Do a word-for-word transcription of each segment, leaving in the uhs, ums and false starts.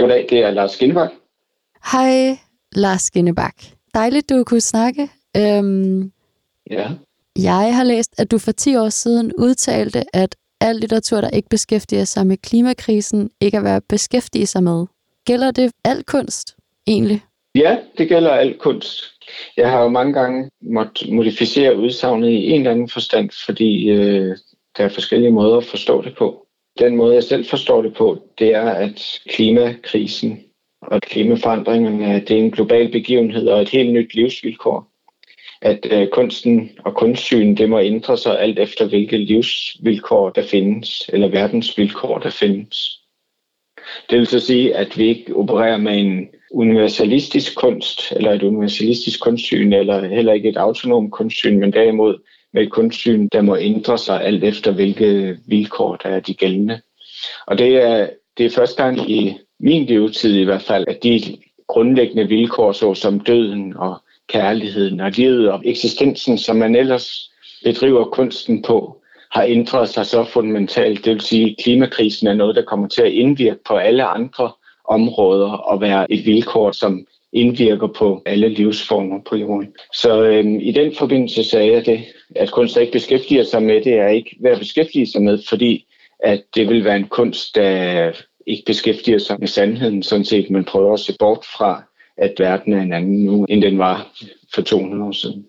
Goddag, det er Lars Skinnebak. Hej, Lars Skinnebak. Dejligt, du kunne snakke. Øhm, ja. Jeg har læst, at du for ti år siden udtalte, at al litteratur, der ikke beskæftiger sig med klimakrisen, ikke er værd at beskæftige sig med. Gælder det al kunst, egentlig? Ja, det gælder al kunst. Jeg har jo mange gange måttet modificere udsagnet i en eller anden forstand, fordi øh, der er forskellige måder at forstå det på. Den måde, jeg selv forstår det på, det er, at klimakrisen og klimaforandringerne, det er en global begivenhed og et helt nyt livsvilkår. At øh, kunsten og kunstsyn, det må ændre sig alt efter, hvilke livsvilkår der findes, eller verdensvilkår der findes. Det vil så sige, at vi ikke opererer med en universalistisk kunst, eller et universalistisk kunstsyn, eller heller ikke et autonomt kunstsyn, men derimod med et kunstsyn, der må ændre sig alt efter, hvilke vilkår der er de gældende. Og det er, det er første gang i min levetid i hvert fald, at de grundlæggende vilkår, såsom døden og kærligheden og livet og eksistensen, som man ellers bedriver kunsten på, har ændret sig så fundamentalt. Det vil sige, at klimakrisen er noget, der kommer til at indvirke på alle andre områder og være et vilkår, som indvirker på alle livsformer på jorden. Så øhm, i den forbindelse sagde jeg det, at kunst ikke beskæftiger sig med det, er ikke værd at beskæftige sig med, fordi at det vil være en kunst, der ikke beskæftiger sig med sandheden, sådan set, men prøver at se bort fra, at verden er en anden nu, end den var for to hundrede år siden.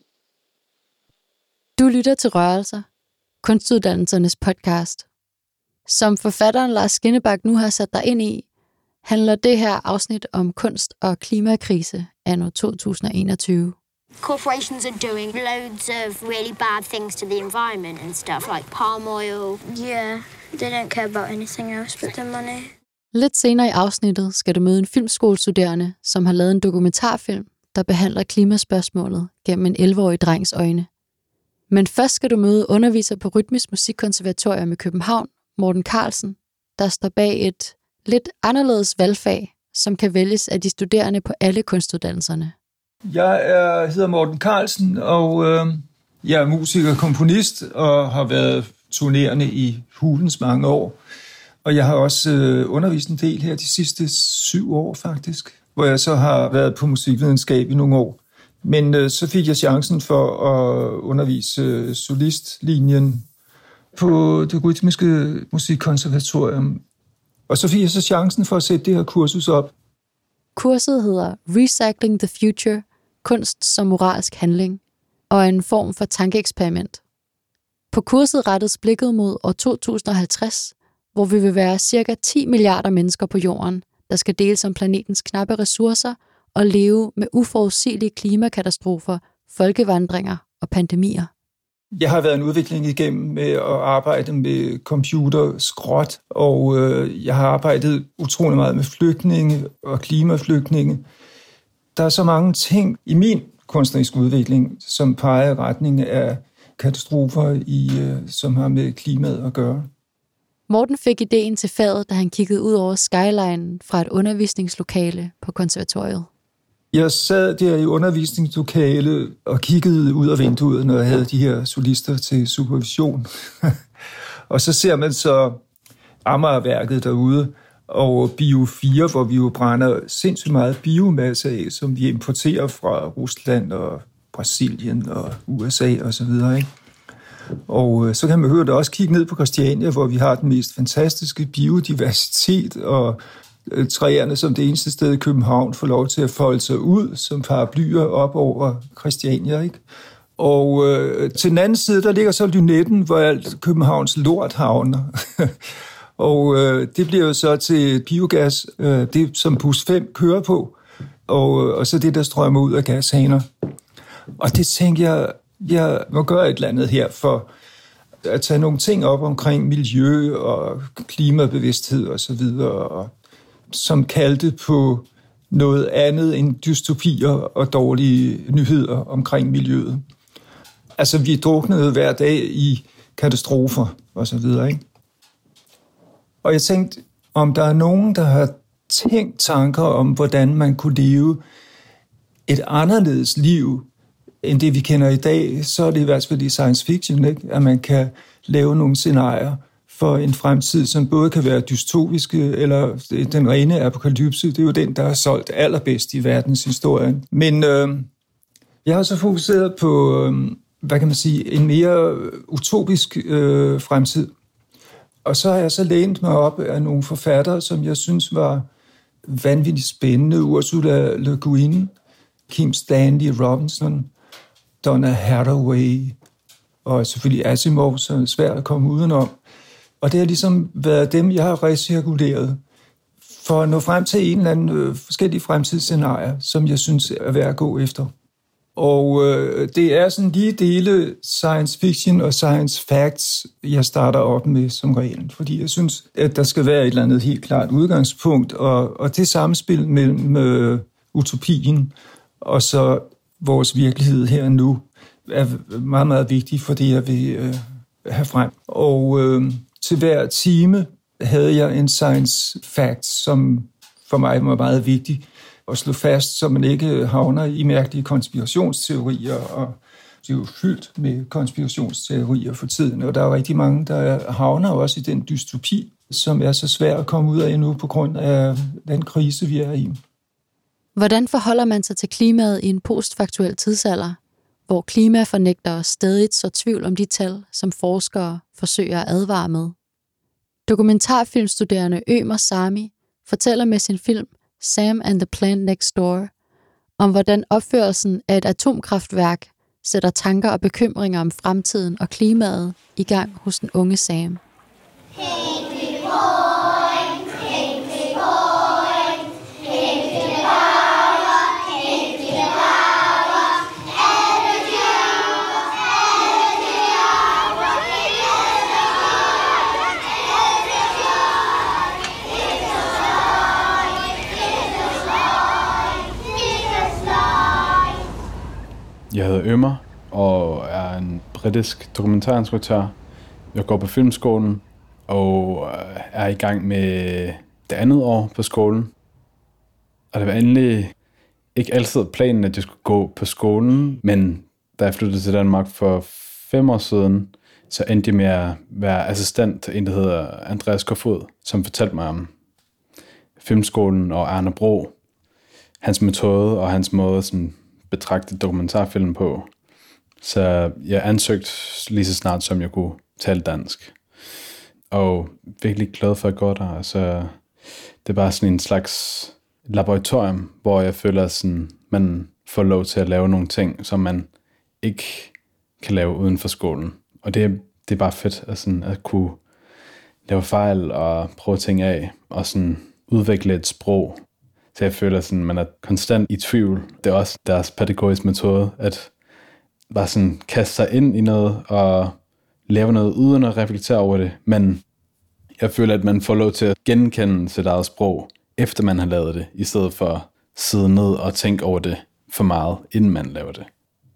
Du lytter til Rørelser, kunstuddannelsernes podcast. Som forfatteren Lars Skinnebak nu har sat dig ind i, handler det her afsnit om kunst og klimakrise anno to tusind og enogtyve. Corporations are doing loads of really bad things to the environment and stuff, like palm oil. Yeah, they don't care about anything else but their money. Lidt senere i afsnittet skal du møde en filmskolestuderende, som har lavet en dokumentarfilm, der behandler klimaspørgsmålet gennem en elleve-årig drengs øjne. Men først skal du møde underviser på Rytmisk Musikkonservatorium i København, Morten Carlsen, der står bag et lidt anderledes valgfag, som kan vælges af de studerende på alle kunstuddannelserne. Jeg er, hedder Morten Carlsen, og øh, jeg er musiker og komponist, og har været turnerende i Hulens mange år. Og jeg har også øh, undervist en del her de sidste syv år faktisk, hvor jeg så har været på musikvidenskab i nogle år. Men øh, så fik jeg chancen for at undervise øh, solistlinjen på det Rytmiske Musikkonservatorium. Og så fik jeg så chancen for at sætte det her kursus op. Kurset hedder Recycling the Future, kunst som moralsk handling, og er en form for tankeeksperiment. På kurset rettes blikket mod år to tusind og halvtreds, hvor vi vil være cirka ti milliarder mennesker på jorden, der skal deles om planetens knappe ressourcer og leve med uforudsigelige klimakatastrofer, folkevandringer og pandemier. Jeg har været en udvikling igennem med at arbejde med computerskrot, og øh, jeg har arbejdet utrolig meget med flygtninge og klimaflygtninge. Der er så mange ting i min kunstneriske udvikling, som peger i retning af katastrofer, i, øh, som har med klimaet at gøre. Morten fik ideen til faget, da han kiggede ud over skylinen fra et undervisningslokale på konservatoriet. Jeg sad der i undervisningslokale og kiggede ud af vinduet, når jeg havde de her solister til supervision. Og så ser man så Amagerværket derude, og Bio fire, hvor vi jo brænder sindssygt meget biomasse af, som vi importerer fra Rusland og Brasilien og U S A og så videre, ikke? Og så kan man høre det også kigge ned på Christiania, hvor vi har den mest fantastiske biodiversitet, og træerne som det eneste sted i København får lov til at folde sig ud som paraplyer op over Christiania, ikke? Og øh, til den anden side, der ligger så Lynetten, hvor alt Københavns lort havner. Og øh, det bliver jo så til biogas, øh, det som bus fem kører på, og, og så det, der strømmer ud af gashaner. Og det tænker jeg, jeg må gøre et eller andet her for at tage nogle ting op omkring miljø og klimabevidsthed og så videre, og som kaldte på noget andet end dystopier og dårlige nyheder omkring miljøet. Altså, vi druknede hver dag i katastrofer og så videre, ikke? Og jeg tænkte, om der er nogen, der har tænkt tanker om, hvordan man kunne leve et anderledes liv, end det vi kender i dag, så er det i hvert fald i science fiction, ikke? At man kan lave nogle scenarier for en fremtid, som både kan være dystopisk eller den rene apokalypse. Det er jo den, der er solgt allerbedst i verdenshistorien. Men øh, jeg har så fokuseret på, øh, hvad kan man sige, en mere utopisk øh, fremtid. Og så har jeg så lænt mig op af nogle forfattere, som jeg synes var vanvittigt spændende. Ursula Le Guin, Kim Stanley Robinson, Donna Haraway og selvfølgelig Asimov, som er svært at komme udenom. Og det har ligesom været dem, jeg har recirkuleret for at nå frem til en eller anden øh, forskellige fremtidsscenarier, som jeg synes er værd at gå efter. Og øh, det er sådan lige dele science fiction og science facts, jeg starter op med som regel. Fordi jeg synes, at der skal være et eller andet helt klart udgangspunkt, og, og det samspil mellem øh, utopien og så vores virkelighed her og nu er meget, meget vigtigt for det, jeg vil øh, have frem. Og øh, til hver time havde jeg en science fact, som for mig var meget vigtig at slå fast, så man ikke havner i mærkelige konspirationsteorier, og det er jo fyldt med konspirationsteorier for tiden, og der er rigtig mange, der havner også i den dystopi, som er så svær at komme ud af nu på grund af den krise, vi er i. Hvordan forholder man sig til klimaet i en postfaktuel tidsalder, hvor klimafornægtere stadig så tvivl om de tal, som forskere forsøger at advare med? Dokumentarfilmstuderende Ömer Sami fortæller med sin film Sam and the Plant Next Door om, hvordan opførelsen af et atomkraftværk sætter tanker og bekymringer om fremtiden og klimaet i gang hos den unge Sam. Jeg hedder Ömer og er en britisk dokumentarinstruktør. Jeg går på filmskolen og er i gang med det andet år på skolen. Og det var endelig ikke altid planen, at jeg skulle gå på skolen, men da jeg flyttede til Danmark for fem år siden, så endte jeg med at være assistent til en, der hedder Andreas Kofod, som fortalte mig om filmskolen og Arne Bro, hans metode og hans måde sådan betragte dokumentarfilm på. Så jeg ansøgte lige så snart, som jeg kunne tale dansk. Og virkelig glad for at gå der. Så det er bare sådan en slags laboratorium, hvor jeg føler, at sådan, man får lov til at lave nogle ting, som man ikke kan lave uden for skolen. Og det, det er bare fedt at, sådan, at kunne lave fejl og prøve ting af, og sådan udvikle et sprog. Så jeg føler, at man er konstant i tvivl. Det er også deres pædagogiske metode, at bare sådan kaste sig ind i noget og lave noget uden at reflektere over det. Men jeg føler, at man får lov til at genkende sit eget sprog, efter man har lavet det, i stedet for at sidde ned og tænke over det for meget, inden man laver det.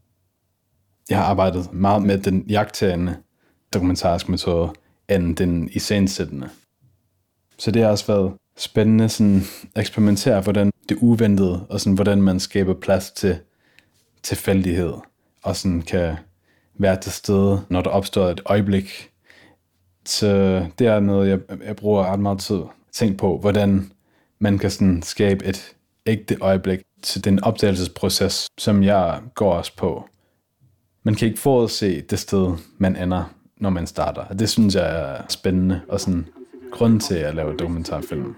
Jeg har arbejdet meget med den iagttagende dokumentariske metode, end den iscenesættende. Så det har også været spændende sådan eksperimentere, hvordan det uventede, og sådan, hvordan man skaber plads til tilfældighed, og sådan kan være til stede, når der opstår et øjeblik. Så det er noget, jeg, jeg bruger ret meget tid at tænke på, hvordan man kan sådan skabe et ægte øjeblik til den opdagelsesproces, som jeg går også på. Man kan ikke forudse det sted, man ender, når man starter. Det synes jeg er spændende, og sådan grund til at lave dokumentarfilm.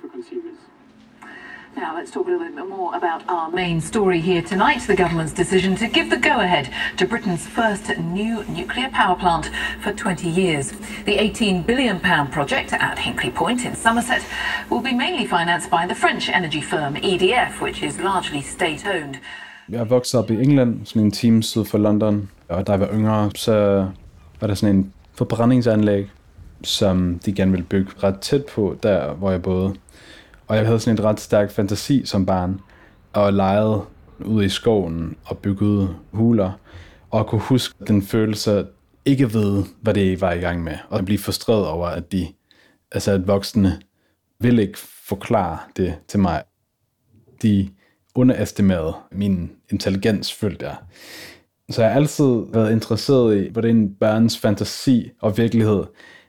Now let's talk a little bit more about our main story here tonight, the government's decision to give the go-ahead to Britain's first new nuclear power plant for twenty years. The eighteen billion pound project at Hinkley Point in Somerset will be mainly financed by the French energy firm E D F, which is largely state-owned. Jeg er vokset op i England, sådan en time syd for London, og da jeg var yngre, så var der sådan en forbrændingsanlæg, som de gerne ville bygge ret tæt på, der hvor jeg boede. Og jeg havde sådan en ret stærk fantasi som barn, og legede ude i skoven og byggede huler, og kunne huske den følelse at ikke vide, hvad det var i gang med, og blive frustreret over, at de, altså at voksne ville ikke forklare det til mig. De underestimerede min intelligens, følte jeg. Så jeg har altid været interesseret i, hvordan børns fantasi og virkelighed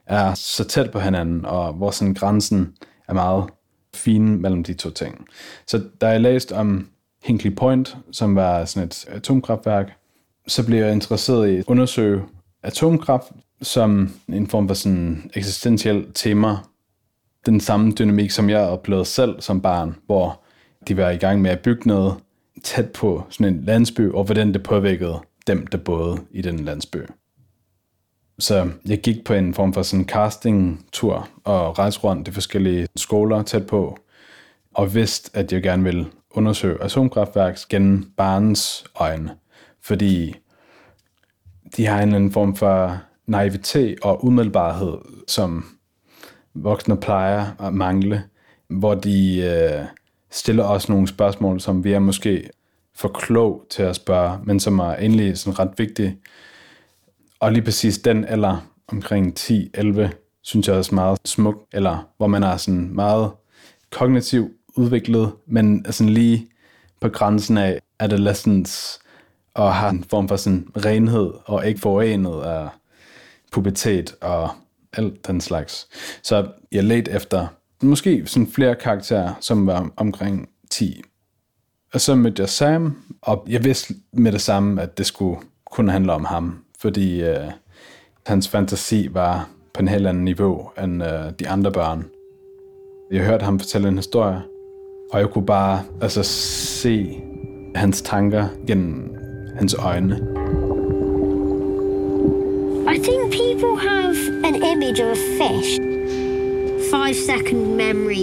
er så tæt på hinanden, og hvor sådan grænsen er meget fin mellem de to ting. Så da jeg læste om Hinkley Point, som var sådan et atomkraftværk, så blev jeg interesseret i at undersøge atomkraft som en form for sådan eksistentiel tema. Den samme dynamik, som jeg oplevede selv som barn, hvor de var i gang med at bygge noget tæt på sådan en landsby, og hvordan det påvirkede dem, der boede i den landsby. Så jeg gik på en form for sådan casting-tur og rejste rundt de forskellige skoler tæt på, og vidste, at jeg gerne ville undersøge atomkraftværk gennem barnets øjne, fordi de har en eller anden form for naivitet og umiddelbarhed, som voksne plejer at mangle, hvor de øh, stiller os nogle spørgsmål, som vi er måske for klog til at spørge, men som er egentlig sådan ret vigtige. Og lige præcis den alder omkring ti elleve, synes jeg er meget smuk, eller hvor man er sådan meget kognitivt udviklet, men sådan lige på grænsen af adolescence, og har en form for sådan renhed, og ikke forurenet af pubertet og alt den slags. Så jeg ledte efter måske sådan flere karakterer, som var omkring ti. Og så mødte jeg Sam, og jeg vidste med det samme, at det skulle kun handle om ham, fordi øh, hans fantasi var på en helt anden niveau end øh, de andre børn. Jeg hørte ham fortælle en historie, og jeg kunne bare altså se hans tanker gennem hans øjne. I think people have an image of a fish. Five second memory.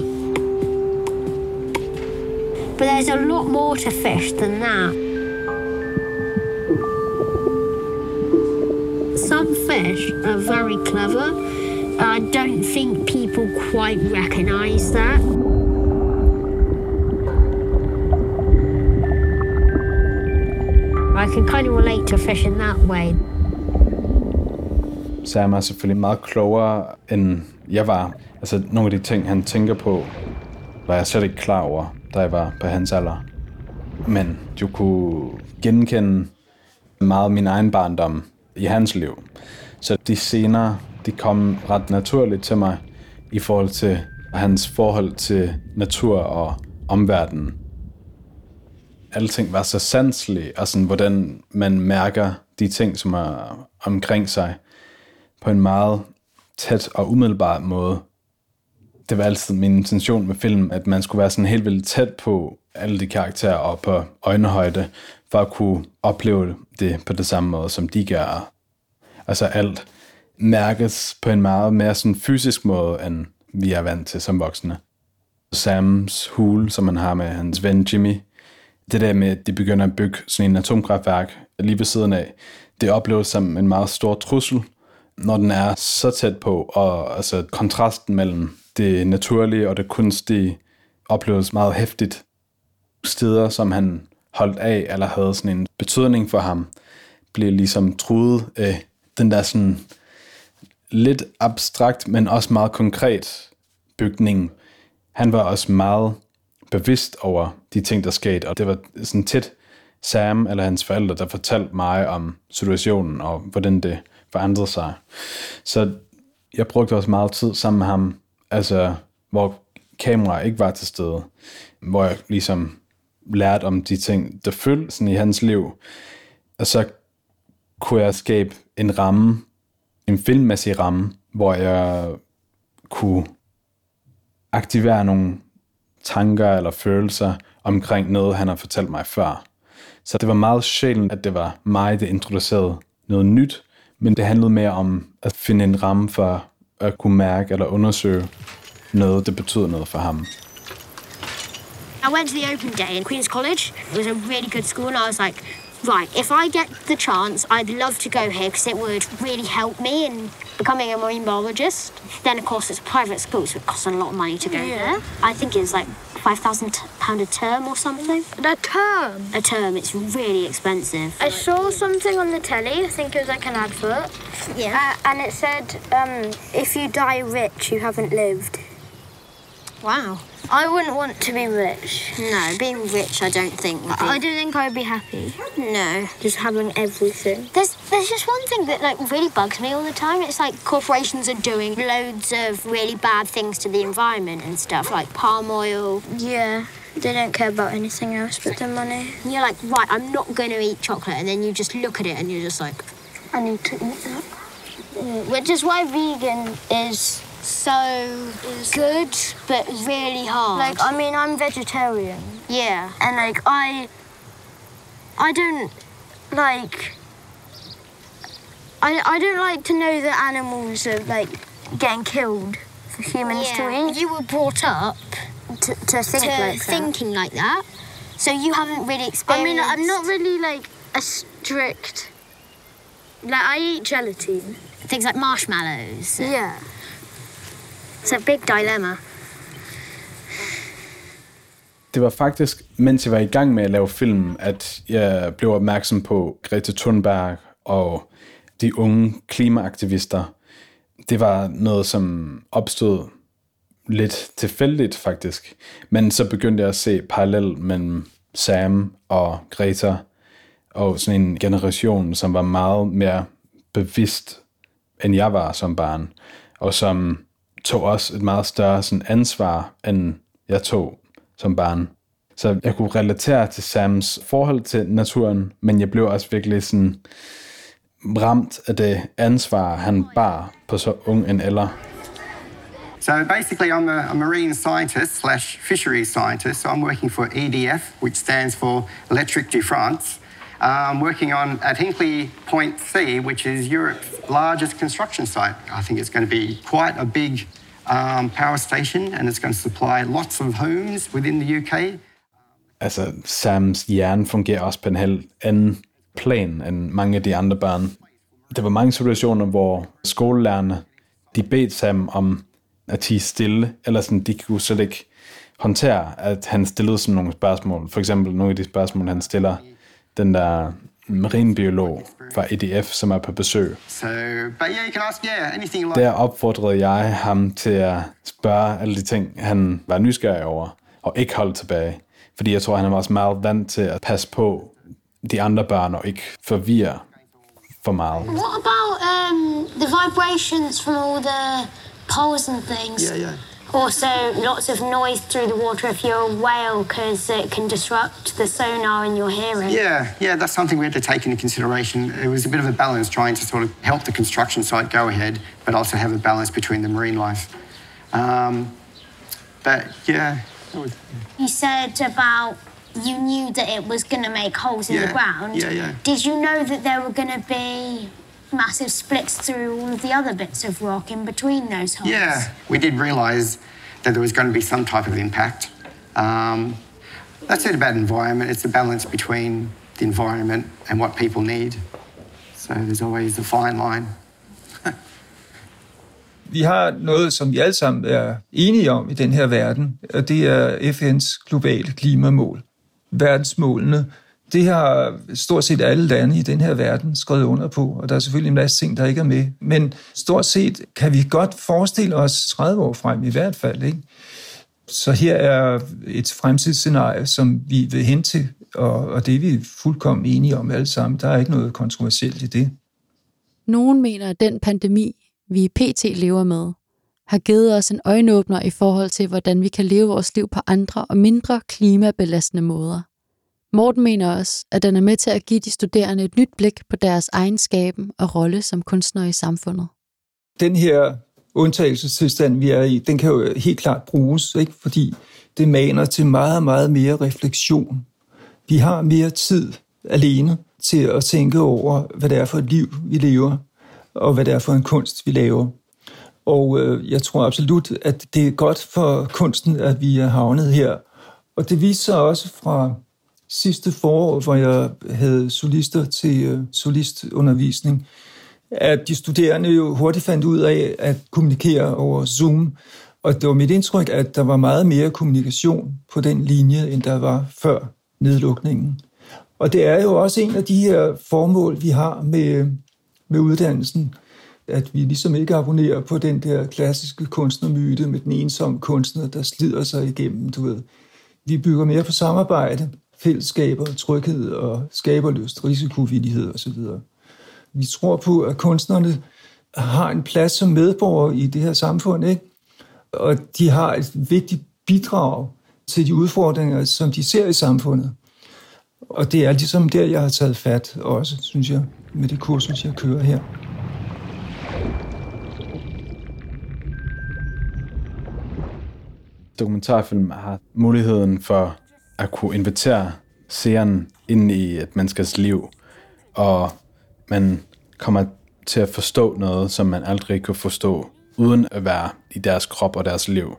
But there's a lot more to fish than that. Some fish are very clever. I don't think people quite recognize that. I can kind of relate to fish in that way. Sam er selvfølgelig meget klogere, end jeg var. Altså, nogle af de ting, han tænker på, var jeg slet ikke klar over, da jeg var på hans alder. Men du kunne genkende meget min egen barndom i hans liv. Så de scener, de kom ret naturligt til mig i forhold til hans forhold til natur og omverdenen. Alting var så sanselige, og sådan, hvordan man mærker de ting, som er omkring sig, på en meget tæt og umiddelbar måde. Det var altid min intention med film, at man skulle være sådan helt vildt tæt på alle de karakterer og på øjenhøjde, for at kunne opleve det på det samme måde, som de gør. Altså alt mærkes på en meget mere sådan fysisk måde, end vi er vant til som voksne. Sams hule, som man har med hans ven Jimmy, det der med, at de begynder at bygge sådan en atomkraftværk lige ved siden af, det opleves som en meget stor trussel, når den er så tæt på, og altså kontrasten mellem det naturlige og det kunstige opleves meget hæftigt. Steder, som han holdt af, eller havde sådan en betydning for ham, blev ligesom truet af den der sådan lidt abstrakt, men også meget konkret bygning. Han var også meget bevidst over de ting, der skete, og det var sådan tit Sam eller hans forældre, der fortalte mig om situationen, og hvordan det forandrede sig. Så jeg brugte også meget tid sammen med ham, altså hvor kamera ikke var til stede, hvor jeg ligesom lærte om de ting, der følte sådan i hans liv, og så kunne jeg skabe en ramme, en filmmæssig ramme, hvor jeg kunne aktivere nogle tanker eller følelser omkring noget, han har fortalt mig før. Så det var meget sjældent, at det var mig, der introducerede noget nyt, men det handlede mere om at finde en ramme for at kunne mærke eller undersøge noget, der betyder noget for ham. I went to the open day in Queen's College. It was a really good school, and I was like, right, if I get the chance, I'd love to go here because it would really help me in becoming a marine biologist. Then, of course, it's a private school, so it costs a lot of money to go yeah. there. I think it was like five thousand pounds a term or something. A term? A term. It's really expensive. I saw something on the telly. I think it was like an advert. Yeah. Uh, and it said, um, if you die rich, you haven't lived. Wow. I wouldn't want to be rich. No, being rich, I don't think. Would be... I don't think I'd be happy. No. Just having everything. There's there's just one thing that like really bugs me all the time. It's like corporations are doing loads of really bad things to the environment and stuff, like palm oil. Yeah. They don't care about anything else but their money. And you're like, right, I'm not going to eat chocolate. And then you just look at it and you're just like, I need to eat that. Yeah. Which is why vegan is so good, but really hard. Like, I mean, I'm vegetarian. Yeah. And, like, I... I don't, like... I, I don't like to know that animals are, like, getting killed for humans yeah. to eat. You were brought up... To, to think to like thinking that. like that. So you haven't really experienced... I mean, I'm not really, like, a strict... Like, I eat gelatin. Things like marshmallows. Yeah. It's a big dilemma. Det var faktisk, mens jeg var i gang med at lave film, at jeg blev opmærksom på Greta Thunberg og de unge klimaaktivister. Det var noget, som opstod lidt tilfældigt faktisk. Men så begyndte jeg at se parallel mellem Sam og Greta og sådan en generation, som var meget mere bevidst, end jeg var som barn, og som tog også et meget større sådan ansvar, end jeg tog som barn. Så jeg kunne relatere til Sams forhold til naturen, men jeg blev også virkelig sådan ramt af det ansvar, han bar på så ung en alder. So basically, I'm a, a marine scientist slash fisheries scientist. So I'm working for E D F, which stands for Electric de France. I'm working on at Hinkley Point C, which is Europe's largest construction site. I think it's going to be quite a big um, power station, and it's going to supply lots of homes within the U K. Altså, Sams hjerne fungerer også på en helt anden plan end mange af de andre børn. Der var mange situationer, hvor skolelærerne, de bedte Sam om at tie stille, eller sådan, de kunne slet ikke håndtere, at han stillede sådan nogle spørgsmål. For eksempel nogle af de spørgsmål, han stiller den der marinebiolog fra E D F, som er på besøg. So, but yeah, you can ask, yeah, anything like... Der opfordrede jeg ham til at spørge alle de ting, han var nysgerrig over, og ikke holde tilbage. Fordi jeg tror, han var også meget vant til at passe på de andre børn, og ikke forvirre for meget. What about um, the vibrations from all the poles and things? Yeah, yeah. Also, lots of noise through the water if you're a whale, because it can disrupt the sonar in your hearing. Yeah, yeah, that's something we had to take into consideration. It was a bit of a balance trying to sort of help the construction site go ahead, but also have a balance between the marine life. Um, but yeah. Was, yeah. You said about you knew that it was going to make holes in yeah, the ground. Yeah, yeah. Did you know that there were going to be massive splits through all of the other bits of rock in between those holes? Yeah, we did realise that there was going to be some type of impact. Um, that's it about environment. It's a balance between the environment and what people need. So there's always a fine line. Vi har noget, som vi alle sammen er enige om i den her verden, og det er F N's globale klimamål. Verdensmålene, det har stort set alle lande i den her verden skrevet under på, og der er selvfølgelig en masse ting, der ikke er med. Men stort set kan vi godt forestille os tredive år frem i hvert fald, ikke? Så her er et fremtidsscenarie, som vi vil hen til, og, og det er vi fuldkommen enige om alle sammen. Der er ikke noget kontroversielt i det. Nogen mener, at den pandemi, vi pt. Lever med, har givet os en øjenåbner i forhold til, hvordan vi kan leve vores liv på andre og mindre klimabelastende måder. Morten mener også, at den er med til at give de studerende et nyt blik på deres egenskaben og rolle som kunstnere i samfundet. Den her undtagelsestilstand, vi er i, den kan jo helt klart bruges, ikke? Fordi det maner til meget, meget mere refleksion. Vi har mere tid alene til at tænke over, hvad det er for et liv, vi lever, og hvad det er for en kunst, vi laver. Og øh, jeg tror absolut, at det er godt for kunsten, at vi er havnet her. Og det viser sig også fra sidste forår, hvor jeg havde solister til øh, solistundervisning, at de studerende jo hurtigt fandt ud af at kommunikere over Zoom. Og det var mit indtryk, at der var meget mere kommunikation på den linje, end der var før nedlukningen. Og det er jo også en af de her formål, vi har med, med uddannelsen. At vi ligesom ikke abonnerer på den der klassiske kunstnermyte med den ensomme kunstner, der slider sig igennem, du ved. Vi bygger mere på samarbejde, fællesskaber, tryghed og skaberlyst, risikovillighed osv. Vi tror på, at kunstnerne har en plads som medborgere i det her samfund, ikke? Og de har et vigtigt bidrag til de udfordringer, som de ser i samfundet. Og det er ligesom der, jeg har taget fat også, synes jeg, med det kursus, jeg kører her. Dokumentarfilm har muligheden for at kunne invitere seeren ind i et menneskes liv, og man kommer til at forstå noget, som man aldrig kunne forstå, uden at være i deres krop og deres liv.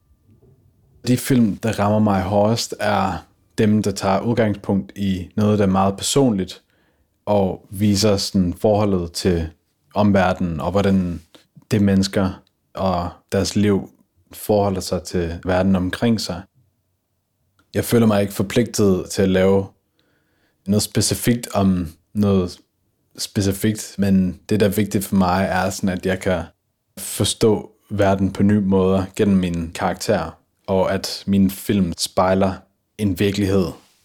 De film, der rammer mig hårdest, er dem, der tager udgangspunkt i noget, der er meget personligt, og viser sådan forholdet til omverdenen, og hvordan det mennesker og deres liv forholder sig til verden omkring sig. Jeg føler mig ikke forpligtet til at lave noget specifikt om noget specifikt, men det, der er vigtigt for mig, er sådan, at jeg kan forstå verden på nye måder gennem min karakter, og at min film spejler en virkelighed,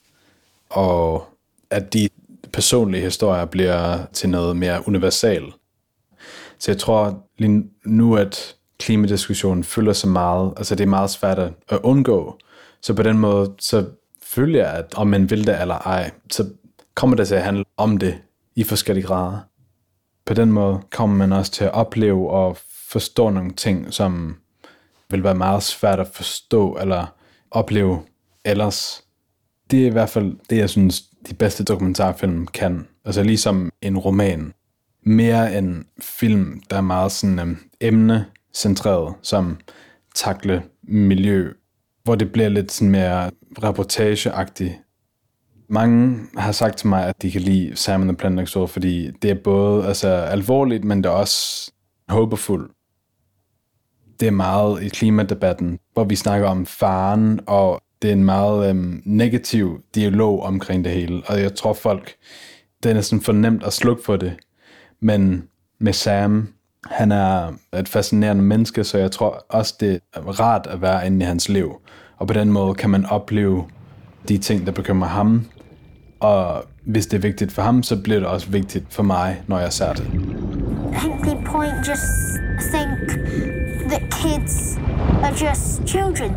og at de personlige historier bliver til noget mere universalt. Så jeg tror lige nu, at klimadiskussionen fylder så meget, altså det er meget svært at undgå, så på den måde, så føler jeg, at om man vil det eller ej, så kommer det til at handle om det i forskellige grader. På den måde kommer man også til at opleve og forstå nogle ting, som vil være meget svært at forstå eller opleve ellers. Det er i hvert fald det, jeg synes, de bedste dokumentarfilm kan. Altså ligesom en roman. Mere end film, der er meget sådan um, emnecentreret, som takle miljø, hvor det bliver lidt sådan mere reportageagtigt. Mange har sagt til mig, at de kan lide Sam and the Planet Next Door, fordi det er både altså, alvorligt, men det er også håbefuldt. Det er meget i klimadebatten, hvor vi snakker om faren, og det er en meget øhm, negativ dialog omkring det hele. Og jeg tror folk, det er næsten for nemt at slukke for det. Men med Sam, han er et fascinerende menneske, så jeg tror også, det er rart at være inde i hans liv. Og på den måde kan man opleve de ting, der bekymrer ham. Og hvis det er vigtigt for ham, så bliver det også vigtigt for mig, når jeg ser det. I think the point just think that kids are just children.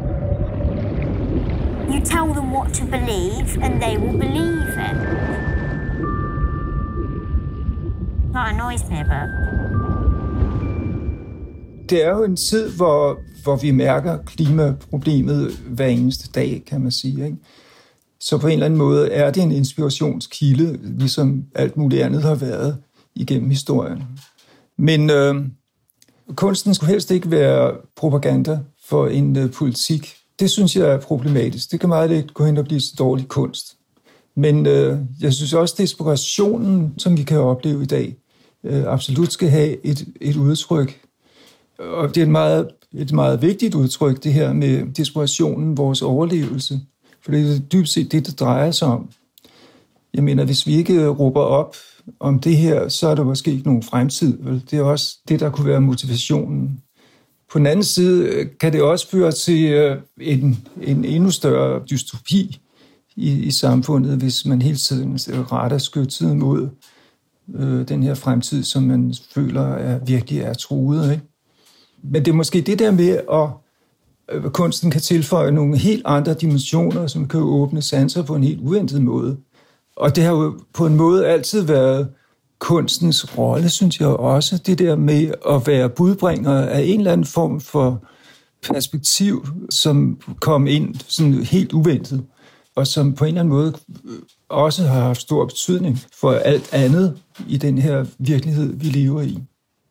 You tell them what to believe, and they will believe it. That annoys me a bit. Det er jo en tid, hvor, hvor vi mærker klimaproblemet hver eneste dag, kan man sige, ikke? Så på en eller anden måde er det en inspirationskilde, ligesom alt muligt andet har været igennem historien. Men øh, kunsten skulle helst ikke være propaganda for en øh, politik. Det synes jeg er problematisk. Det kan meget let gå hen og blive så dårlig kunst. Men øh, jeg synes også, at desperationen, som vi kan opleve i dag, øh, absolut skal have et, et udtryk. Og det er et meget, et meget vigtigt udtryk, det her med desperationen, vores overlevelse. For det er dybt set det, det drejer sig om. Jeg mener, hvis vi ikke råber op om det her, så er der måske ikke nogen fremtid. Vel? Det er også det, der kunne være motivationen. På den anden side kan det også føre til en, en endnu større dystopi i, i samfundet, hvis man hele tiden retter skytset mod øh, den her fremtid, som man føler er, virkelig er truet. Ikke? Men det er måske det der med, at øh, kunsten kan tilføje nogle helt andre dimensioner, som kan åbne sanser på en helt uventet måde. Og det har jo på en måde altid været kunstens rolle, synes jeg også. Det der med at være budbringer af en eller anden form for perspektiv, som kom ind sådan helt uventet, og som på en eller anden måde også har haft stor betydning for alt andet i den her virkelighed, vi lever i.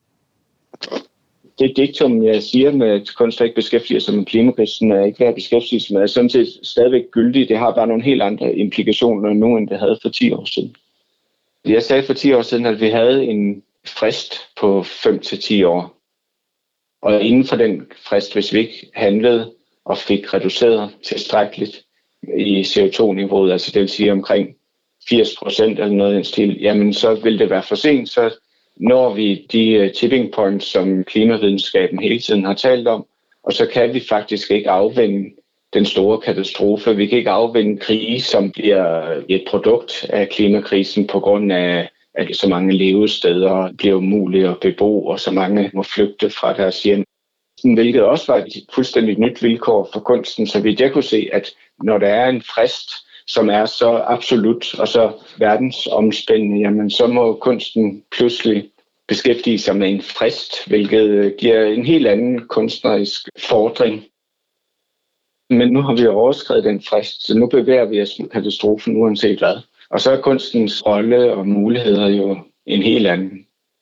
Det diktum, jeg siger med, at kunst ikke beskæftiger sig med klimakrisen, er ikke værd at beskæftige sig med, er sådan set stadigvæk gyldigt. Det har bare nogle helt andre implikationer end nogen, end det havde for ti år siden. Jeg sagde for ti år siden, at vi havde en frist på fem til ti år. Og inden for den frist, hvis vi ikke handlede og fik reduceret tilstrækkeligt i C O to niveauet, altså det vil sige omkring firs procent eller noget i den stil, jamen så vil det være for sent, så når vi de tipping points, som klimavidenskaben hele tiden har talt om, og så kan vi faktisk ikke afvende den store katastrofe. Vi kan ikke afvende krige, som bliver et produkt af klimakrisen på grund af, at så mange levesteder bliver umulige at bebo, og så mange må flygte fra deres hjem. Hvilket også var et fuldstændig nyt vilkår for kunsten, så vidt jeg kunne se, at når der er en frist, som er så absolut og så verdensomspændende, jamen så må kunsten pludselig beskæftige sig med en frist, hvilket giver en helt anden kunstnerisk fordring. Men nu har vi overskredet den frist, så nu bevæger vi os med katastrofen uanset hvad. Og så er kunstens rolle og muligheder jo en helt anden.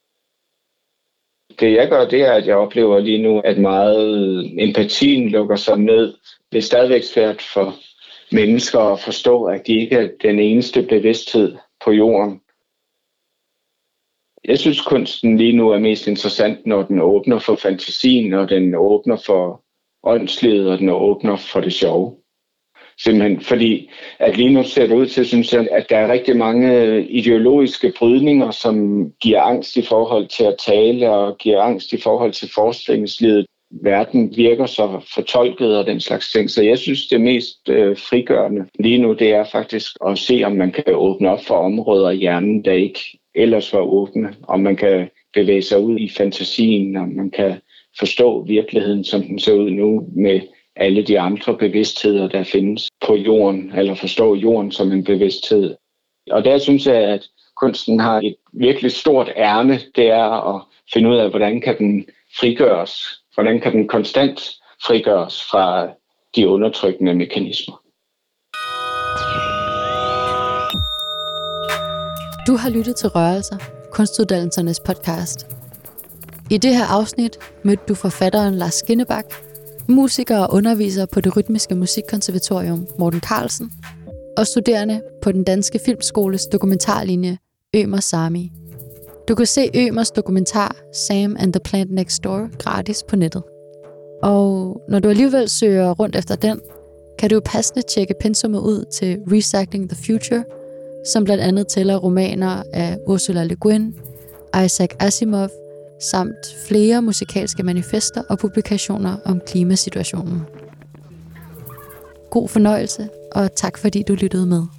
Det jeg gør, det er, at jeg oplever lige nu, at meget empatien lukker sig ned. Det er stadigvæk svært for mennesker at forstå, at de ikke er den eneste bevidsthed på jorden. Jeg synes, kunsten lige nu er mest interessant, når den åbner for fantasien, og den åbner for åndslivet, og den åbner for det sjove. Simpelthen fordi, at lige nu ser det ud til, synes jeg, at der er rigtig mange ideologiske brydninger, som giver angst i forhold til at tale, og giver angst i forhold til forestillingslivet. Verden virker så fortolket og den slags ting, så jeg synes, det mest øh, frigørende lige nu, det er faktisk at se, om man kan åbne op for områder i hjernen, der ikke ellers var åbne, om man kan bevæge sig ud i fantasien, om man kan forstå virkeligheden, som den ser ud nu, med alle de andre bevidstheder, der findes på jorden, eller forstå jorden som en bevidsthed. Og der synes jeg, at kunsten har et virkelig stort ærne, det er at finde ud af, hvordan kan den frigøres, hvordan kan den konstant frigøres fra de undertrykkende mekanismer. Du har lyttet til Rørelser, Kunstuddannelsernes podcast. I det her afsnit mødte du forfatteren Lars Skinnebak, musiker og underviser på Det Rytmiske Musikkonservatorium Morten Carlsen og studerende på den danske filmskoles dokumentarlinje Ømer Sami. Du kan se Ømers dokumentar Sam and the Plant Next Door gratis på nettet. Og når du alligevel søger rundt efter den, kan du passende tjekke pensummet ud til Recycling the Future, som blandt andet tæller romaner af Ursula Le Guin, Isaac Asimov, samt flere musikalske manifester og publikationer om klimasituationen. God fornøjelse, og tak fordi du lyttede med.